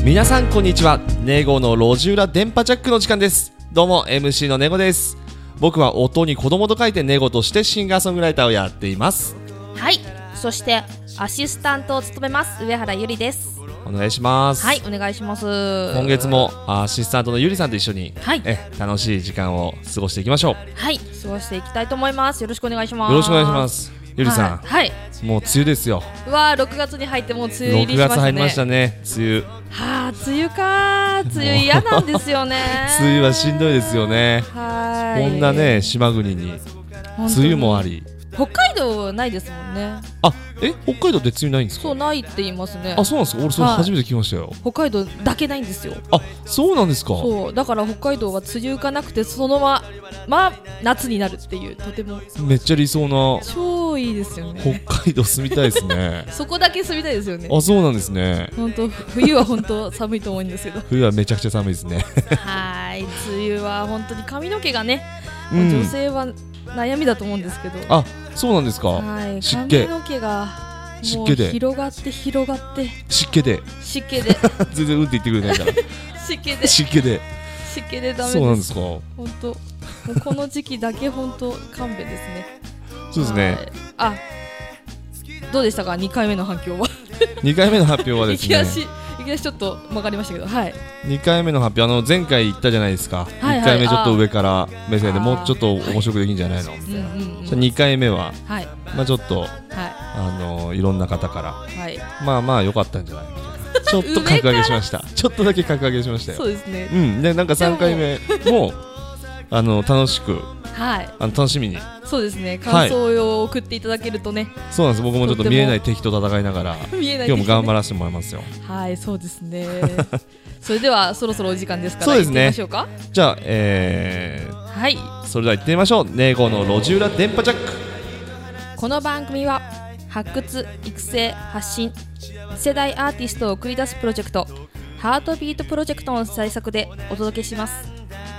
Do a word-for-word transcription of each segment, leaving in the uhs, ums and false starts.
皆さんこんにちは。ネゴの路地裏電波ジャックの時間です。どうも エムシー のネゴです。僕は音に子供と書いてネゴとしてシンガーソングライターをやっています。 はい、そしてアシスタントを務めます上原ゆりです。 お願いします。 はい、お願いします。 今月もアシスタントのゆりさんと一緒に、はい、え楽しい時間を過ごしていきましょう。 はい、過ごしていきたいと思います。よろしくお願いします。 よろしくお願いします。ゆりさん、 はい、 もう梅雨ですよ。 うわー、ろくがつに入ってもう梅雨入りしましたね。 ろくがつ入りましたね、梅雨。 はあ、梅雨かー、梅雨嫌なんですよね。 梅雨はしんどいですよね。 はい、 こんなね島国に梅雨もあり、 北海道ないですもんね。 あ、え、北海道って梅雨ないんですか？ そう、ないって言いますね。 あ、そうなんですか。俺それ初めて聞きましたよ。 北海道だけないんですよ。 あ、そうなんですか。 そう、だから北海道は梅雨がなくてそのまま夏になるっていう、とてもめっちゃ理想な。 超いいですよね。 北海道住みたいですね。 そこだけ住みたいですよね。 あ、そうなんですね。 本当冬は本当寒いと思うんですけど。 冬はめちゃくちゃ寒いですね。 はい、梅雨は本当に髪の毛がね、 うん、 女性は悩みだと思うんですけど。 あ、そうなんですか。 はい、 湿気、 髪の毛がもう湿気で広がって広がって湿気で湿気で全然うんって言ってくれないから湿気で湿気で湿気でダメです。 そうなんですか。 本当もうこの時期だけ本当勘弁ですね。 そうですね。 あ、どうでしたかにかいめの反響は。 にかいめの発表はですね、 いきなしいきなしちょっと曲がりましたけど、はい、 にかいめの発表、あの前回言ったじゃないですか、はいはい、いっかいめちょっと上から目線でもうちょっと面白くできるんじゃないのみたいな、うんうんうん、にかいめは、はい、まあちょっと、はい、あのいろんな方から、はい、まあまあ良かったんじゃないみたいなちょっと格上げしましたちょっとだけ格上げしましたよ。 そうですね、 うん、でなんかさんかいめもあの楽しく、はい、あの楽しみに、 そうですね、感想を送っていただけるとね、はい、 そうなんです。僕もちょっと見えない敵と戦いながら見えない、ね、今日も頑張らせてもらいますよ。 はい、そうですね。それではそろそろお時間ですから、 そうですね、 行ってみましょうか。 じゃあ、えー、 はい、 それでは行ってみましょう。ネゴの路地裏電波ジャック。 この番組は発掘、育成、発信、次世代アーティストを送り出すプロジェクト、ハートビートプロジェクトの制作でお届けします。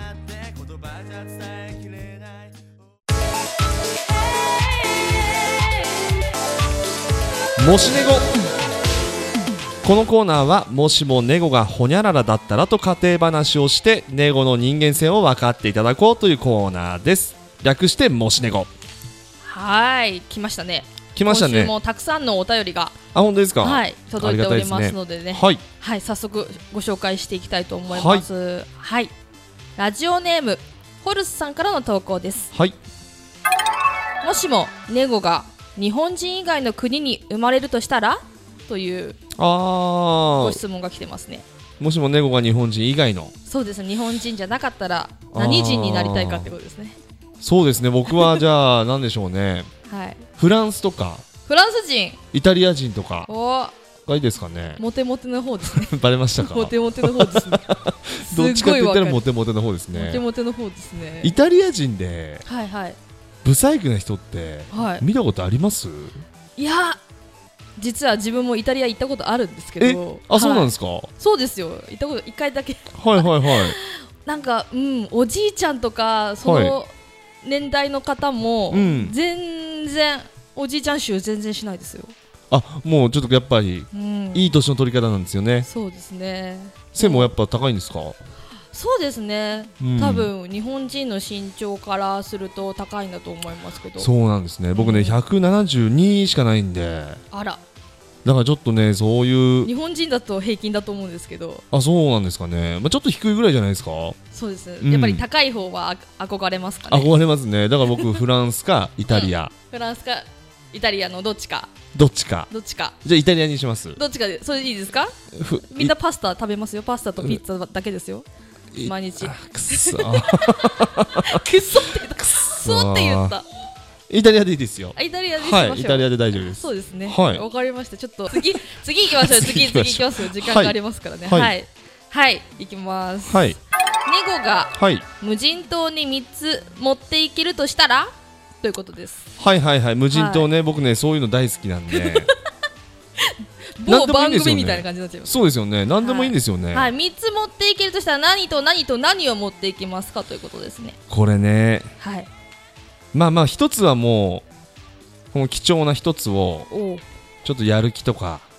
もしネゴ。このコーナーはもしもネゴがホニャララだったらと家庭話をしてネゴの人間性を分かっていただこうというコーナーです。略してもしネゴ。 はい、来ましたね。 来ましたね。 今週もたくさんのお便りが、 あ、本当ですか。 はい、届いておりますのでね、 はい、 はい、早速ご紹介していきたいと思います。はい、はい、ラジオネームホルスさんからの投稿です。 はい、 もしもネゴが日本人以外の国に生まれるとしたらというご質問が来てますね。 もしもネゴが日本人以外の、 そうですね、日本人じゃなかったら何人になりたいかってことですね。 そうですね、僕はじゃあ何でしょうね、はい、フランスとかフランス人、 イタリア人とかおがいいですかね。 モテモテの方ですね。 バレましたか。 モテモテの方ですね。 どっちかって言ったらモテモテの方ですね。 モテモテの方ですね。 イタリア人で、 はいはい、 ブサイクな人って見たことあります？ いや、実は自分もイタリア行ったことあるんですけど。 あ、そうなんですか。 そうですよ、行ったこといっかいだけ。 はいはいはい。 なんか、うん、おじいちゃんとかその年代の方も全然おじいちゃん臭全然しないですよ。 あ、もうちょっとやっぱりいい年の取り方なんですよね。 そうですね。 背もやっぱ高いんですか？ そうですね、うん、多分日本人の身長からすると高いんだと思いますけど。そうなんですね。僕ね、うん、ひゃくななじゅうにしかないんで、 あら、 だからちょっとね、そういう日本人だと平均だと思うんですけど。 あ、そうなんですかね。まあ、ちょっと低いぐらいじゃないですか。 そうです、うん、やっぱり高い方は憧れますかね。 憧れますね。だから僕フランスかイタリア、 うん、フランスかイタリアのどっちかどっちかどっちかじゃあイタリアにします。 どっちかで、それでいいですか？みんなパスタ食べますよ。パスタとピッツァだけですよ、毎日。 くそくそって言ったくそって言った。 イタリアでいいですよ。 イタリアでしましょう。 はい、イタリアで大丈夫です。 そうですね、 はい、 わかりました。ちょっと次次行きましょう。次次行きますよ。時間がありますからね。はいはい、はい、行きます。はい、ネゴが無人島にみっつ持っていけるとしたらということです。 はいはいはい、無人島ね、はい、僕ねそういうの大好きなんで。 某番組みたいな感じになっちゃいます。 そうですよね、何でもいいんですよね。 はい、はい、みっつ持っていけるとしたら何と何と何を持っていきますかということですね。 これね、はい、まあまあ一つはもうこの貴重な一つをちょっとやる気とか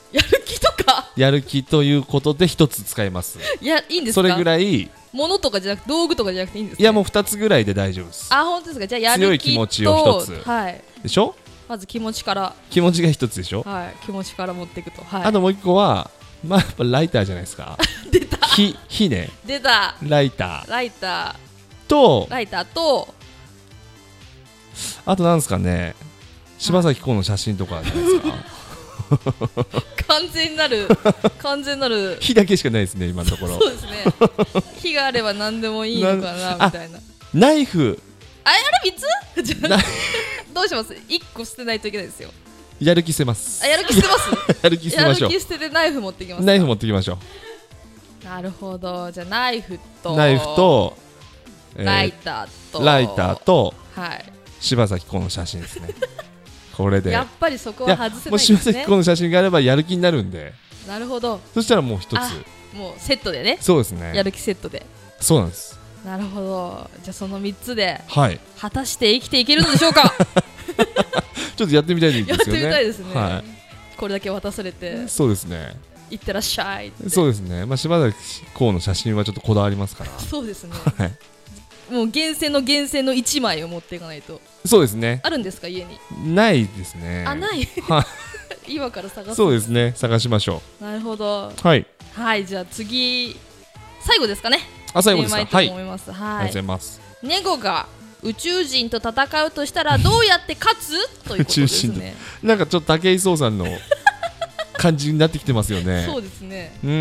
やる気とかやる気ということで一つ使います。 いや、いいんですか？ それぐらい物とかじゃなくて道具とかじゃなくていいんですか？ いや、もう二つぐらいで大丈夫です。 あ、本当ですか？じゃあやる気と強い気持ちを一つ、 はい、 でしょ。 まず気持ちから気持ちが一つでしょ。 はい、気持ちから持っていくと、はい、 あともう一個はまあやっぱライターじゃないですか。 出た火火ね。 出たライターライターとライターとあとなんですかね、柴咲コウの写真とかじゃないですか。 完全なる完全なる火だけしかないですね今のところ。 そうですね。火があれば何でもいいのかなみたいな。 ナイフ、 あ、あれみっつじゃあどうします？いっこ捨てないといけないですよ。 やる気捨てます。 あ、やる気捨てますやる気捨てましょう。 やる気捨ててナイフ持ってきます。 ナイフ持ってきましょう。なるほど。じゃあナイフとナイフと、 えー、ライターとライターと、 はい、 柴咲コウの写真ですね。これでやっぱりそこは外せないですね。もう柴咲コウの写真があればやる気になるんで。 なるほど。 そしたらもう一つもうセットでね。 そうですね。 やる気セットで。 そうなんです。 なるほど。じゃあそのみっつで、 はい、 果たして生きていけるのでしょうか。 ちょっとやってみたいですよね。 やってみたいですね、 はい、これだけ渡されて。 そうですね。 いってらっしゃいって。 そうですね。まあ柴咲コウの写真はちょっとこだわりますから。 そうですね、 はい、 もう厳選の厳選のいちまいを持っていかないと。 そうですね。 あるんですか家に？ ないですね。 あ、ない。今から探す。 そうですね、探しましょう。なるほど。 はいはい。じゃあ次最後ですかね。 あ、最後ですか。 はい、はい、ありがとうございます。 ネゴが宇宙人と戦うとしたらどうやって勝つということですね。 なんかちょっと武井壮さんの感じになってきてますよね。 そうですね。 うん。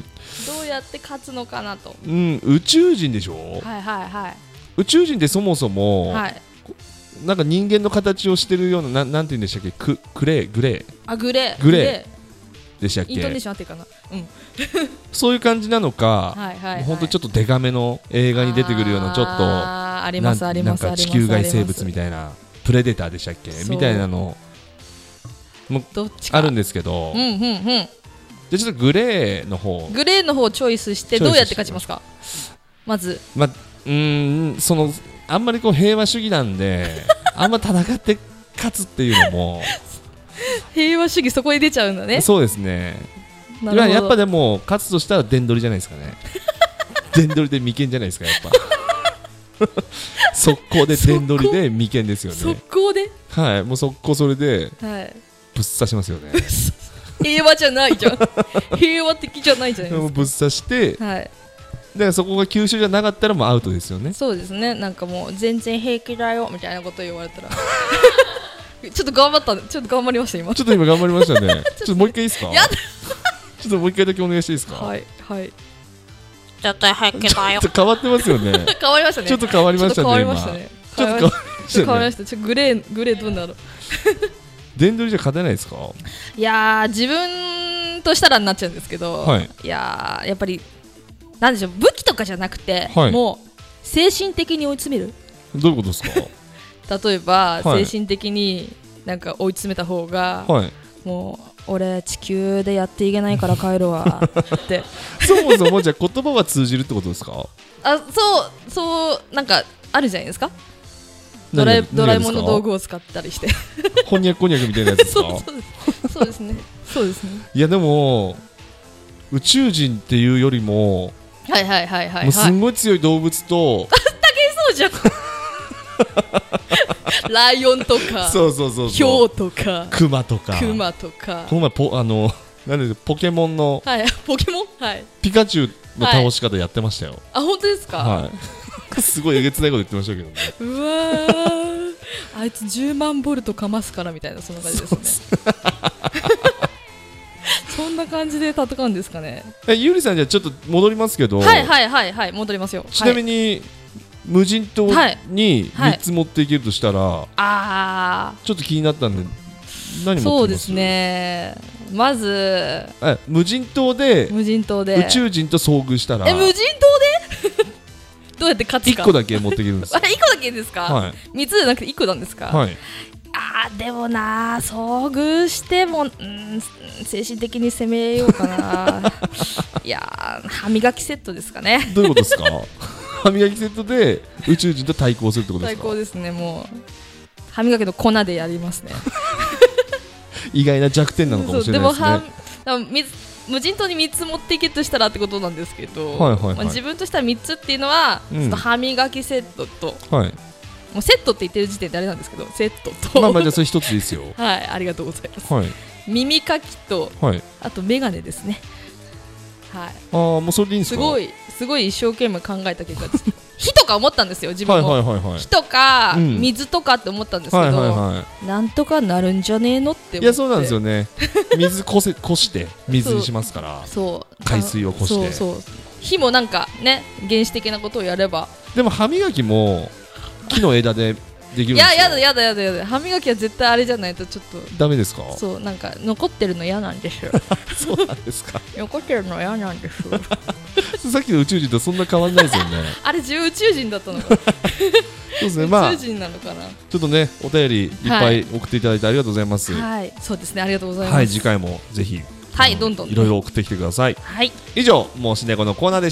どうやって勝つのかなと。 うん、宇宙人でしょ。 はいはいはい。 宇宙人ってそもそも、 はい、 なんか人間の形をしてるような、な、なんて言うんでしたっけ、ク、クレー、グレー。 あ、グレー。 グレー。でしたっけ。 イントネーション合ってるかな。うん。 そういう感じなのか、 はいはいはい、 本当ちょっとデカめの映画に出てくるようなちょっとありますありますなんか地球外生物みたいなプレデターでしたっけみたいなのもあるんですけど、 うんうんうん、じゃあちょっとグレーの方グレーの方をチョイスしてどうやって勝ちますか？まず、 まうーんそのあんまりこう平和主義なんであんま戦って勝つっていうのも平和主義そこに出ちゃうんだね。 そうですね。やっぱでも勝つとしたら電取りじゃないですかね。電取りで眉間じゃないですかやっぱ。速攻で電取りで眉間ですよね。 速攻で、 はい、もう速攻それでぶっ刺しますよね。 平和じゃないじゃん。平和的じゃないじゃないですか。 ぶっ刺して、 はい、 だからそこが急所じゃなかったらもうアウトですよね。 そうですね。なんかもう全然平気だよみたいなこと言われたらちょっと頑張ったちょっと頑張りました今。 ちょっと今頑張りましたね。ちょっともう一回いいですか？ やだちょっともう一回だけお願いしていいですか？ はいはい絶対平気だよ。 ちょっと変わってますよね。 変わりましたね。 ちょっと変わりましたね。 変わりましたね。 ちょっと変わりましたね。 変わりました。ちょっとグレーグレーどうなる？ 電取りじゃ勝てないですか？ いやー自分としたらになっちゃうんですけど、 はい、 いやーやっぱりなんでしょう武器とかじゃなくて、 はい、 もう精神的に追い詰める。 どういうことですか？ 例えば、 はい、 精神的になんか追い詰めた方が、 はい、 もう俺地球でやっていけないから帰るわってそもそもじゃあ言葉は通じるってことですか？ あ、そうそうなんかあるじゃないですか。ドラえドラえもんの道具を使ったりしてこんにゃくこんにゃくみたいなやつですか？ そうそうですそうですねそうですね。 いやでも宇宙人っていうよりもはいはいはいはい、はい、 もうすんごい強い動物と竹そうじゃんライオンとかそうそうそうそうヒョウとかクマとかクマとかこの前ポあのなんでポケモンのはいポケモンはいピカチュウの倒し方やってましたよ、はい、 あ本当ですか？ はいすごいえげつないこと言ってましたけどね。 うわーあいつじゅうまんボルトかますからみたいなそんな感じですね。そんな感じで戦うんですかね。 えゆりさんじゃあちょっと戻りますけどはいはいはいはい戻りますよ。 ちなみに、はい、無人島にみっつ持っていけるとしたら、はいはい、 あちょっと気になったんで何持ってきます？ そうですねまずえ無人島で無人島で宇宙人と遭遇したらえ無人島でどうやって勝つかいっこだけ持っていけるんですあいっこだけですか？はい、みっつじゃなくていっこなんですか？ はい。 あーでもな遭遇してもん精神的に攻めようかないや歯磨きセットですかね。 どういうことですか？歯磨きセットで宇宙人と対抗するってことですか？ 対抗ですね。もう歯磨きの粉でやりますね。 意外な弱点なのかもしれないですね。 でも水無人島にみっつ持っていけとしたらってことなんですけど、 はいはいはい、 まあ、自分としてはみっつっていうのは、うん、ちょっと歯磨きセットと、 はい、 もうセットって言ってる時点であれなんですけど、セットとまあまあじゃあそれ一つですよはい、ありがとうございます、 はい、 耳かきと、はい、あとメガネですね。はい、 ああもうそれでいいんですか。 すごいすごい一生懸命考えた結果です火とか思ったんですよ自分も、 はいはいはいはい、 火とか、うん、水とかって思ったんですけど、はいはいはい、なんとかなるんじゃねえのって思って。 いやそうなんですよね水こせこして水にしますからそう海水をこして、 そうそう火もなんかね原始的なことをやれば。 でも歯磨きも木の枝でできるんですよ。 いややだやだやだやだ、歯磨きは絶対あれじゃないとちょっとダメですか。 そうなんか残ってるの嫌なんですよそうなんですか残ってるの嫌なんですよさっきの宇宙人とそんな変わんないですよねあれ宇宙人だったのかそうですね、まあ、 宇宙人なのかな。 ちょっとねお便りいっぱい送っていただいてありがとうございます。 はい、そうですね、ありがとうございます。 はい、次回もぜひはいどんどんいろいろ送ってきてください。 はい、 以上もうしねこのコーナーでした。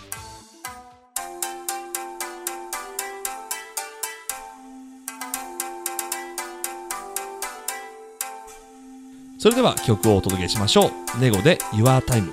それでは曲をお届けしましょう。ネゴで Your Time。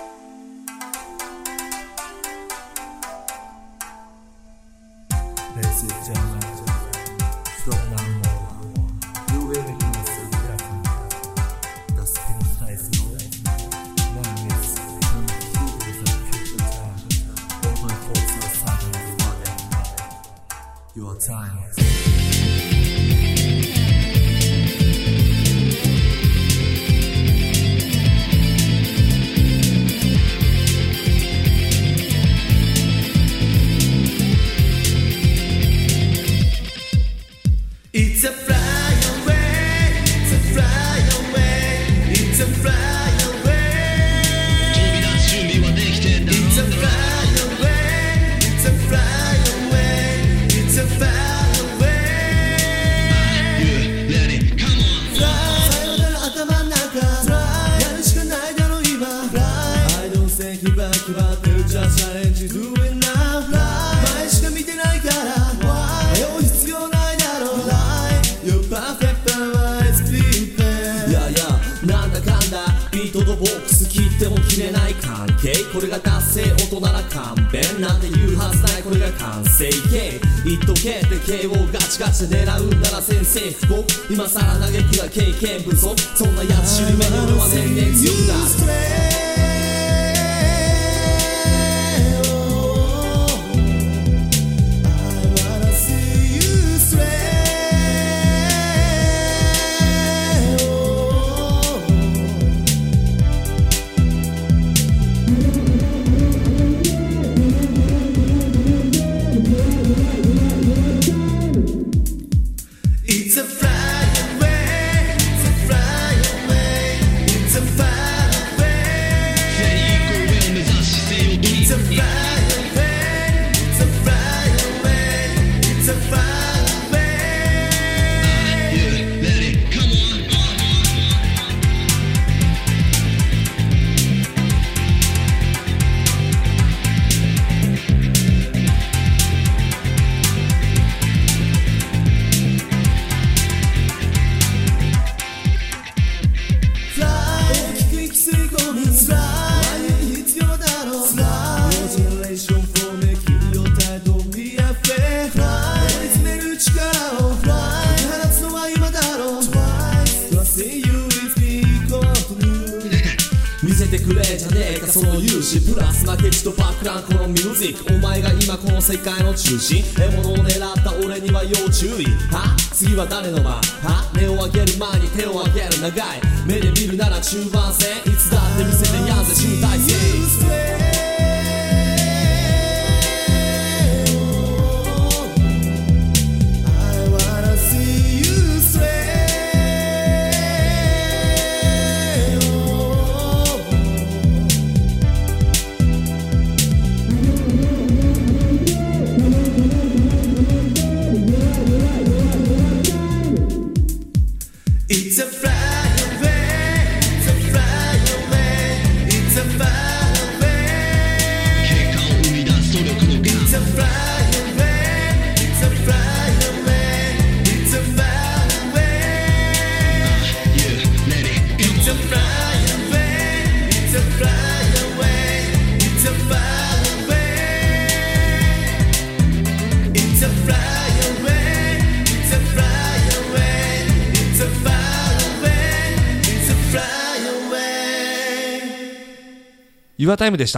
これが達成音なら勘弁なんて言うはずない。これが完成形言っとけって形をガチガチで狙うなら先生不幸今さら嘆くが経験不足そんなやつ知る目に俺は年々強くなる。世界の中心獲物を狙った俺には要注意は次は誰の番は目を上げる前に手を上げる長い目で見るなら中盤戦いつだって見せてやんぜ集大成 Your Time でした。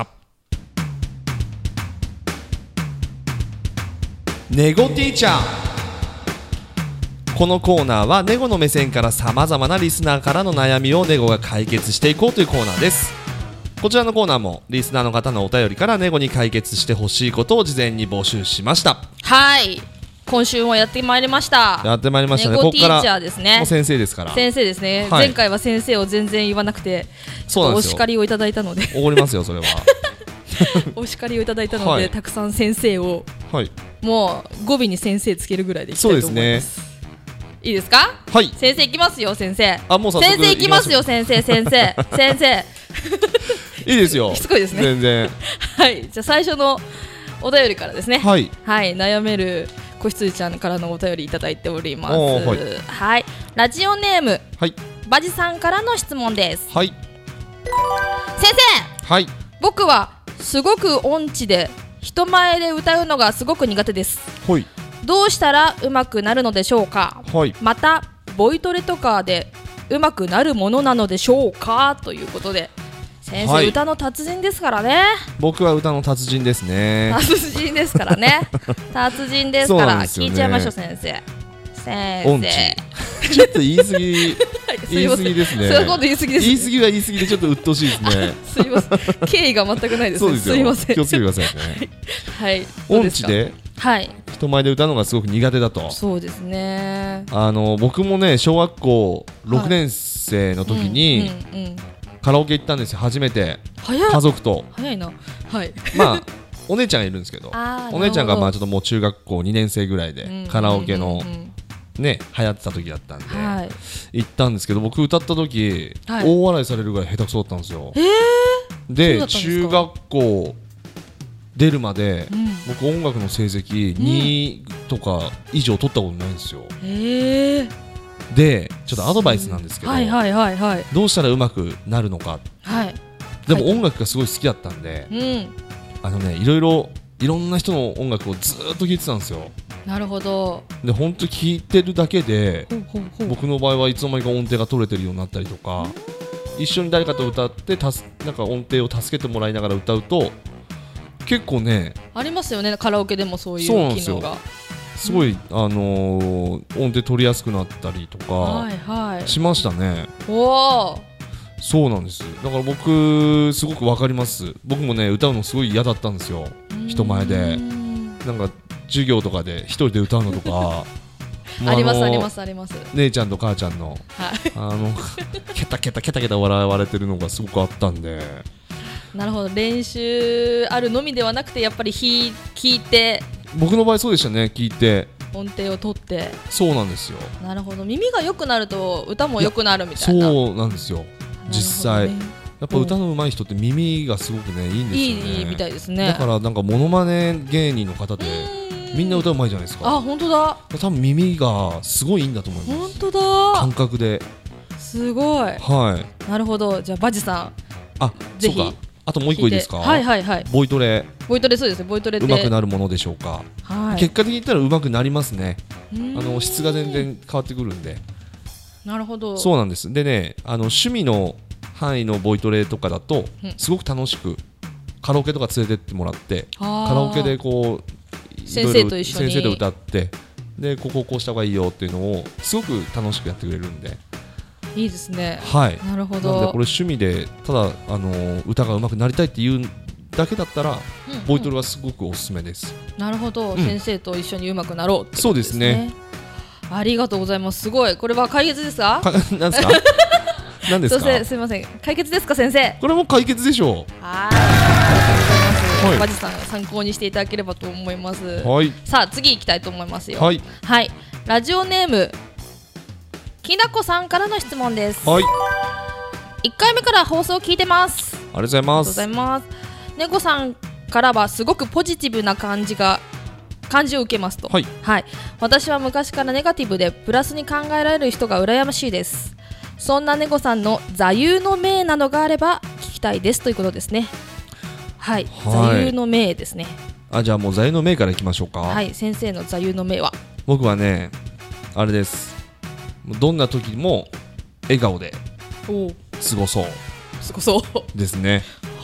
ネゴティーチャー。このコーナーはネゴの目線からさまざまなリスナーからの悩みをネゴが解決していこうというコーナーです。こちらのコーナーもリスナーの方のお便りからネゴに解決してほしいことを事前に募集しました。 はい、今週もやってまいりました。 やってまいりましたね。 ネゴティーチャーですね。 もう先生ですから。 先生ですね、はい、前回は先生を全然言わなくてお叱りをいただいたのでおごりますよそれはお叱りをいただいたので、はい、たくさん先生を、 はい、 もう語尾に先生つけるぐらいでいきたいと思います。そうですね。いいですか？ はい。 先生いきますよ先生。 あ、もう早速先生いきますよ先生先生先生いいですよ。 しつこいですね。 全然。 はい。じゃあ最初のお便りからですね。 はい。 はい。悩める子羊ちゃんからのお便りいただいております。はい、はい。ラジオネーム、 はい、 バジさんからの質問です。 はい。 先生。 はい。 僕はすごく音痴で人前で歌うのがすごく苦手です。 はい。 どうしたら上手くなるのでしょうか？ はい。 またボイトレとかで上手くなるものなのでしょうか？ということで、先生、はい、歌の達人ですからね。 僕は歌の達人ですね。 達人ですからね達人ですから、ね、聞いちゃいましょう先生。先生ちょっと言い過ぎ言い過ぎですね。 そういうこと言い過ぎです、ね、 言い過ぎは言い過ぎでちょっと鬱陶しいですねすいません、敬意が全くないですね。 そうですよ。 すいません、 気をつけてくださいねはい、 音痴で、 はい、 人前で歌うのがすごく苦手だと。 そうですね。 あの僕もね小学校ろくねん生の時に、はい、うんうんうん、カラオケ行ったんですよ初めて。家族と。 早いな。はい。 まあお姉ちゃんがいるんですけど、お姉ちゃんがまあちょっともう中学校にねん生ぐらいでカラオケのね流行ってた時だったんで、はい、行ったんですけど、僕歌った時、はい、大笑いされるぐらい下手くそだったんですよ。 えー、 で中学校出るまで、うん、僕音楽の成績にとか以上取ったことないんですよ。 えーでちょっとアドバイスなんですけど、 はいはいはいはい、 どうしたら上手くなるのか、 はい、 でも音楽がすごい好きだったんで、 うん、 あのねいろいろいろんな人の音楽をずっと聴いてたんですよ。 なるほど。 で本当に聴いてるだけでほうほうほう、僕の場合はいつの間にか音程が取れてるようになったりとか、一緒に誰かと歌ってたすなんか音程を助けてもらいながら歌うと結構ねありますよね、カラオケでもそういう機能が。 すごい、あのー、音程取りやすくなったりとかしましたね。はいはい、おー、そうなんです。だから僕すごくわかります。僕もね歌うのすごい嫌だったんですよ、人前で。なんか授業とかで一人で歌うのとかありますありますあります。 姉ちゃんと母ちゃんの、はい、あのケタケタケタケタ笑われてるのがすごくあったんで。 なるほど。練習あるのみではなくてやっぱり弾いて。 僕の場合そうでしたね。聞いて音程を取って。 そうなんですよ。 なるほど。耳が良くなると歌も良くなるみたいな。 そうなんですよ実際、ね、やっぱ歌の上手い人って耳がすごくねいいんですよね。 いいみたいですね。 だからなんかモノマネ芸人の方でみんな歌うまいじゃないですか。 あ、本当だ。 多分耳がすごいいいんだと思います。 本当だ。 感覚で。 すごい。 はい。 なるほど。じゃあバジさん、 あ、ぜひ。そうか。あともう一個いいですか。 はいはいはい。 ボイトレ。 ボイトレ、そうですね。ボイトレで上手くなるものでしょうか。はい。結果的に言ったら上手くなりますね。あの質が全然変わってくるんで。 なるほど。 そうなんです。でね、あの趣味の範囲のボイトレとかだとすごく楽しくカラオケとか連れてってもらって、カラオケでこう先生と一緒に先生で歌って、でこここうした方がいいよっていうのをすごく楽しくやってくれるんで。 いいですね。 はい。 なるほど。 なのでこれ趣味でただあの歌が上手くなりたいっていうだけだったら、うんうん、ボイトレはすごくおすすめです。 なるほど、うん、先生と一緒に上手くなろうってことですね。 そうですね。 ありがとうございます。すごい。これは解決ですか？ かなんですか？なんですか？ すみません。解決ですか先生？ これも解決でしょう。 はい。ありがとうございます。バジさん参考にしていただければと思います。 はい。 さあ次行きたいと思いますよ。 はい。 はい。ラジオネームきなこさんからの質問です。 はい。 いっかいめから放送を聞いてます。 ありがとうございます。 ありがとうございます。ねこさんからはすごくポジティブな感じが感じを受けますと。 はい。 はい。私は昔からネガティブでプラスに考えられる人が羨ましいです。そんなねこさんの座右の銘などがあれば聞きたいですということですね。はい。座右の銘ですね。 あ、じゃあもう座右の銘からいきましょうか。 はい。先生の座右の銘は？ 僕はね、あれです。どんな時も笑顔で過ごそう。 過ごそうですね。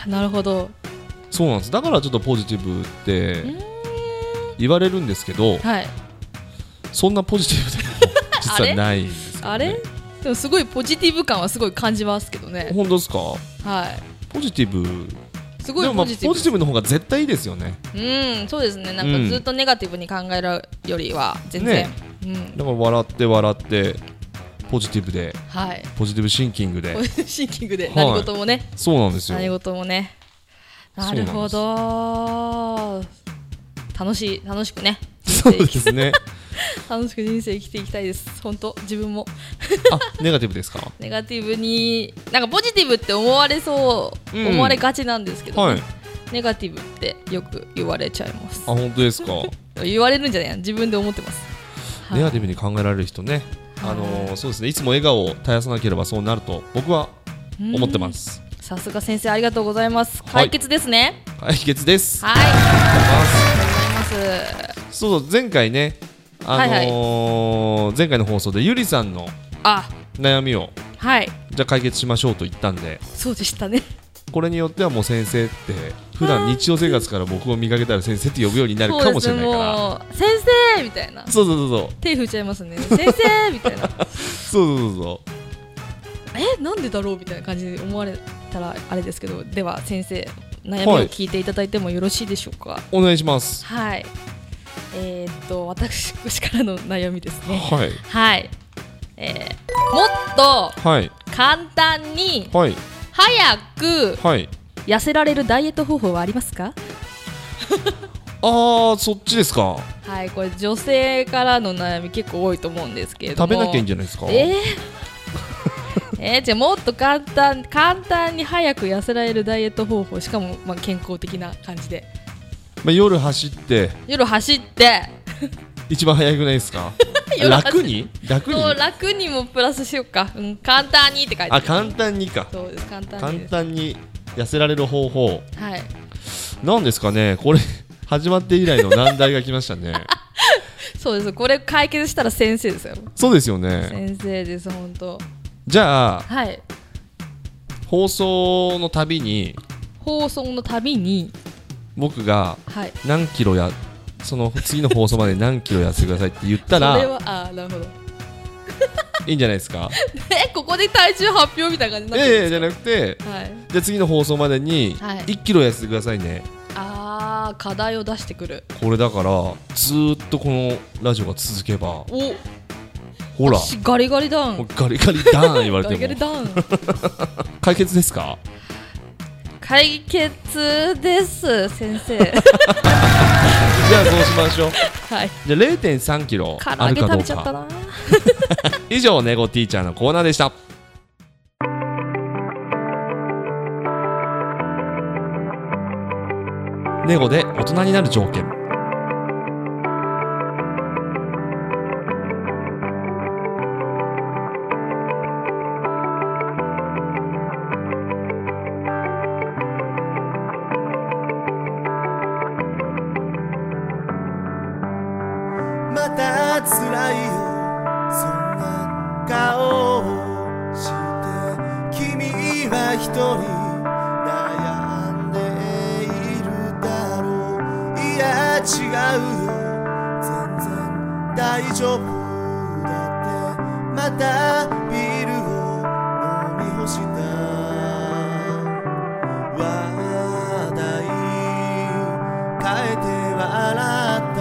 あなるほど。 そうなんです。だからちょっとポジティブって言われるんですけど、はい、そんなポジティブでも実はないんですよね。 あれでもすごいポジティブ感はすごい感じますけどね。 本当ですか？ はい。 ポジティブすごいポジティブ。 でもまあポジティブの方が絶対いいですよね。 うん、そうですね。なんかずっとネガティブに考えるよりは全然、ね、うん、 だから笑って笑ってポジティブで、はい、ポジティブシンキングでシンキングで何事もね、はい、 そうなんですよ。 何事もね。なるほど。楽しい楽しくね。 そうですね。 楽しく人生生きていきたいです。本当自分もあ、ネガティブですか？ ネガティブになんかポジティブって思われそう、うん、思われがちなんですけど、ね、はい、ネガティブってよく言われちゃいます。 あ、本当ですか？ 言われるんじゃない、自分で思ってます。 ネガティブに考えられる人ね、あのー、そうですね、いつも笑顔を絶やさなければそうなると僕は思ってます。 さすが先生、ありがとうございます。解決ですね。 はい、解決です。 はい、ありがとうございます。 そう、前回ね、あのーはいはい、前回の放送でゆりさんの悩みを、はい、じゃあ解決しましょうと言ったんで、 そうでしたね。 これによってはもう先生って普段日常生活から僕を見かけたら先生って呼ぶようになるかもしれないから、もう先生みたいな、 そうそうそうそう、 手振っちゃいますね。先生みたいなそうそうそうそう、 え、なんでだろうみたいな感じで思われたらあれですけど、では先生、悩みを聞いていただいてもよろしいでしょうか？ お願いします。 はい、えー、っと私からの悩みですね。 はい、 はい、えー、もっと簡単に、はい、早く痩せられるダイエット方法はありますか？ あー、そっちですか。 はい、これ女性からの悩み結構多いと思うんですけれども、 食べなきゃいいんじゃないですか？ えーえー、じゃあもっと簡単簡単に早く痩せられるダイエット方法、しかもまあ健康的な感じで、 まあ、夜走って夜走って一番早くないですか？楽に楽にそう、楽にもプラスしようか、うん、簡単にって書いてある。 あ、簡単にか。 そうです、簡単にです。 簡単に痩せられる方法、はい、 なんですかね、これ始まって以来の難題が来ましたねそうです、これ解決したら先生ですよ。 そうですよね、 先生です、本当。 じゃあ、 はい、 放送のたびに放送のたびに僕が何キロや、はい、その次の放送まで何キロ痩せてくださいって言ったらそれは、あ、なるほどいいんじゃないですかえ、ここで体重発表みたいな感じになってるんですか？ ええ、じゃなくて、はい、じゃあ次の放送までにいちキロ痩せてくださいね、 はい、あー、課題を出してくる。 これだからずーっとこのラジオが続けば、お、ほらガリガリダウン、 ガリガリダウン言われてもガリガリダウン解決ですか？ 解決です先生じゃあそうしましょう、 はい、 じゃあ れいてんさんキロあるかどうか。唐揚げ食べちゃったな以上、ネゴティーチャーのコーナーでした。ネゴで大人になる条件。 また辛いよ、そんな顔をして君は一人悩んでいるだろう。いや違うよ、全然大丈夫だって。またビールを飲み干した。話題変えて笑った。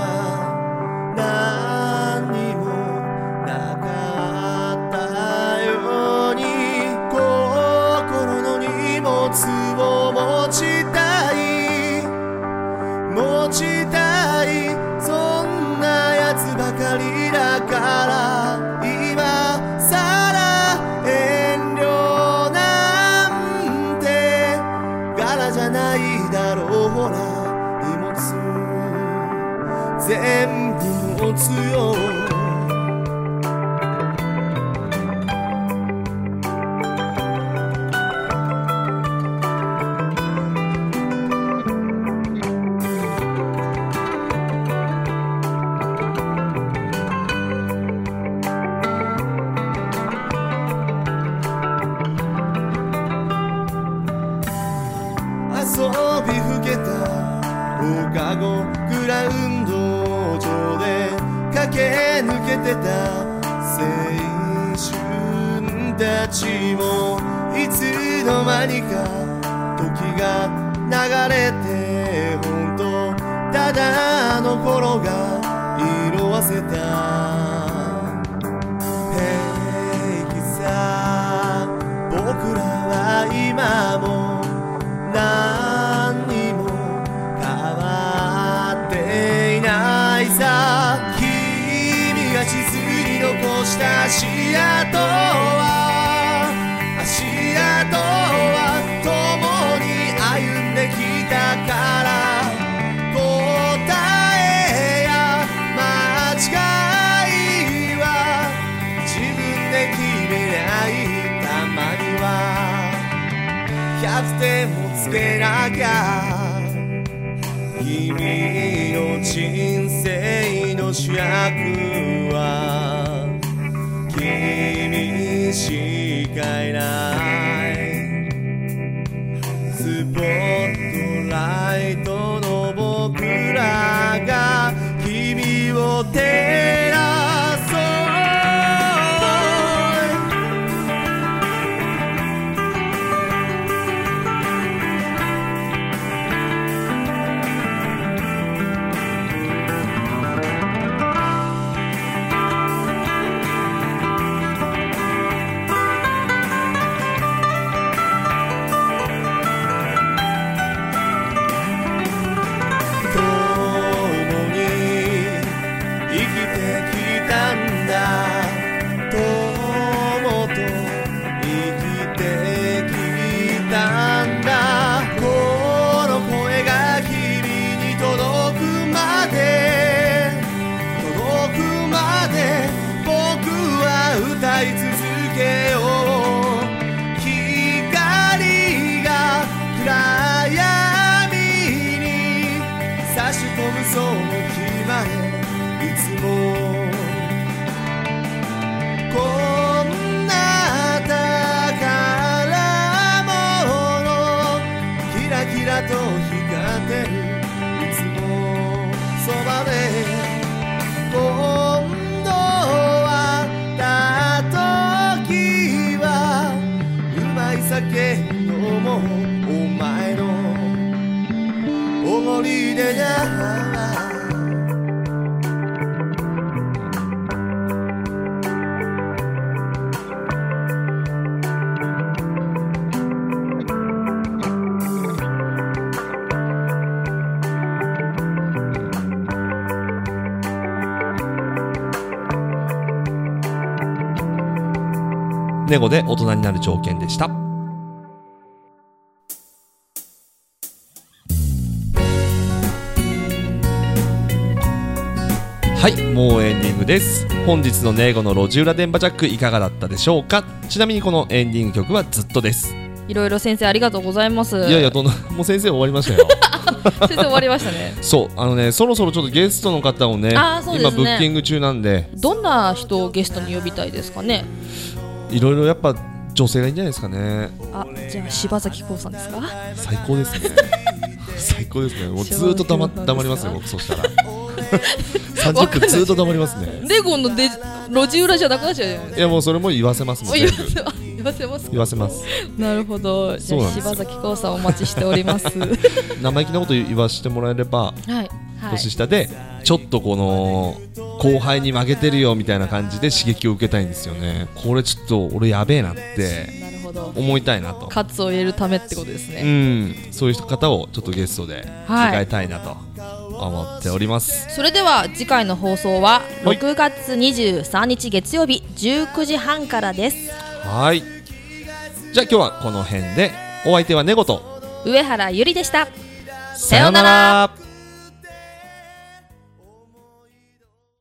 何にもなかったように心の荷物を持ちたい持ちたい、そんなやつばかりだから今さら遠慮なんて柄じゃないだろう。ほら荷物全部持つよ。 駆け抜けてた青春たちもいつの間にか時が流れて本当ただの頃が色あせた平気さ僕らは今も何にも変わっていないさ君が地図に残した足跡は足跡は共に歩んできたから答えや間違いは自分で決めないたまにはひゃくてんもつけなきゃ君の人生の主役は君しかいないスポットライトの僕らが君を照らそう歌い続けよう光が暗闇に差し込むその日までいつもこんな宝物キラキラと光ってるいつもそばで今度はた時はうまい酒飲もうお前のおごりでなネゴで大人になる条件でした。はい、もうエンディングです。本日のネゴの路地裏電波ジャックいかがだったでしょうか。ちなみにこのエンディング曲はずっとです。 いろいろ先生ありがとうございます。 いやいやどんなもう先生終わりましたよ先生終わりましたね。 そうあのねそろそろちょっとゲストの方を ね, あそうですね今ブッキング中なんでどんな人をゲストに呼びたいですかね。 いろいろやっぱ女性がいいんじゃないですかね。 あじゃあ柴咲コウさんですか。 最高ですね最高ですね。もうずーっと黙黙りますよ僕そしたらさんじゅっぷんずーっと黙りますね。 レゴので路地裏じゃなくなっちゃうじゃないですか。 いやもうそれも言わせますもん。 言わせます言わせます。 なるほど。じゃあ柴咲コウさんお待ちしております生意気なこと言わせてもらえれば、 はいはい、 年下でちょっとこの後輩に負けてるよみたいな感じで刺激を受けたいんですよね。これちょっと俺やべえなって思いたいなと。 カツを入れるためってことですね。 うんそういう方をちょっとゲストで迎えたいなと思っております、 はい、それでは次回の放送はろくがつにじゅうさんにち月曜日じゅうくじはんからです。 はい、じゃあ今日はこの辺で。お相手はネゴと上原ゆりでした。 さようなら。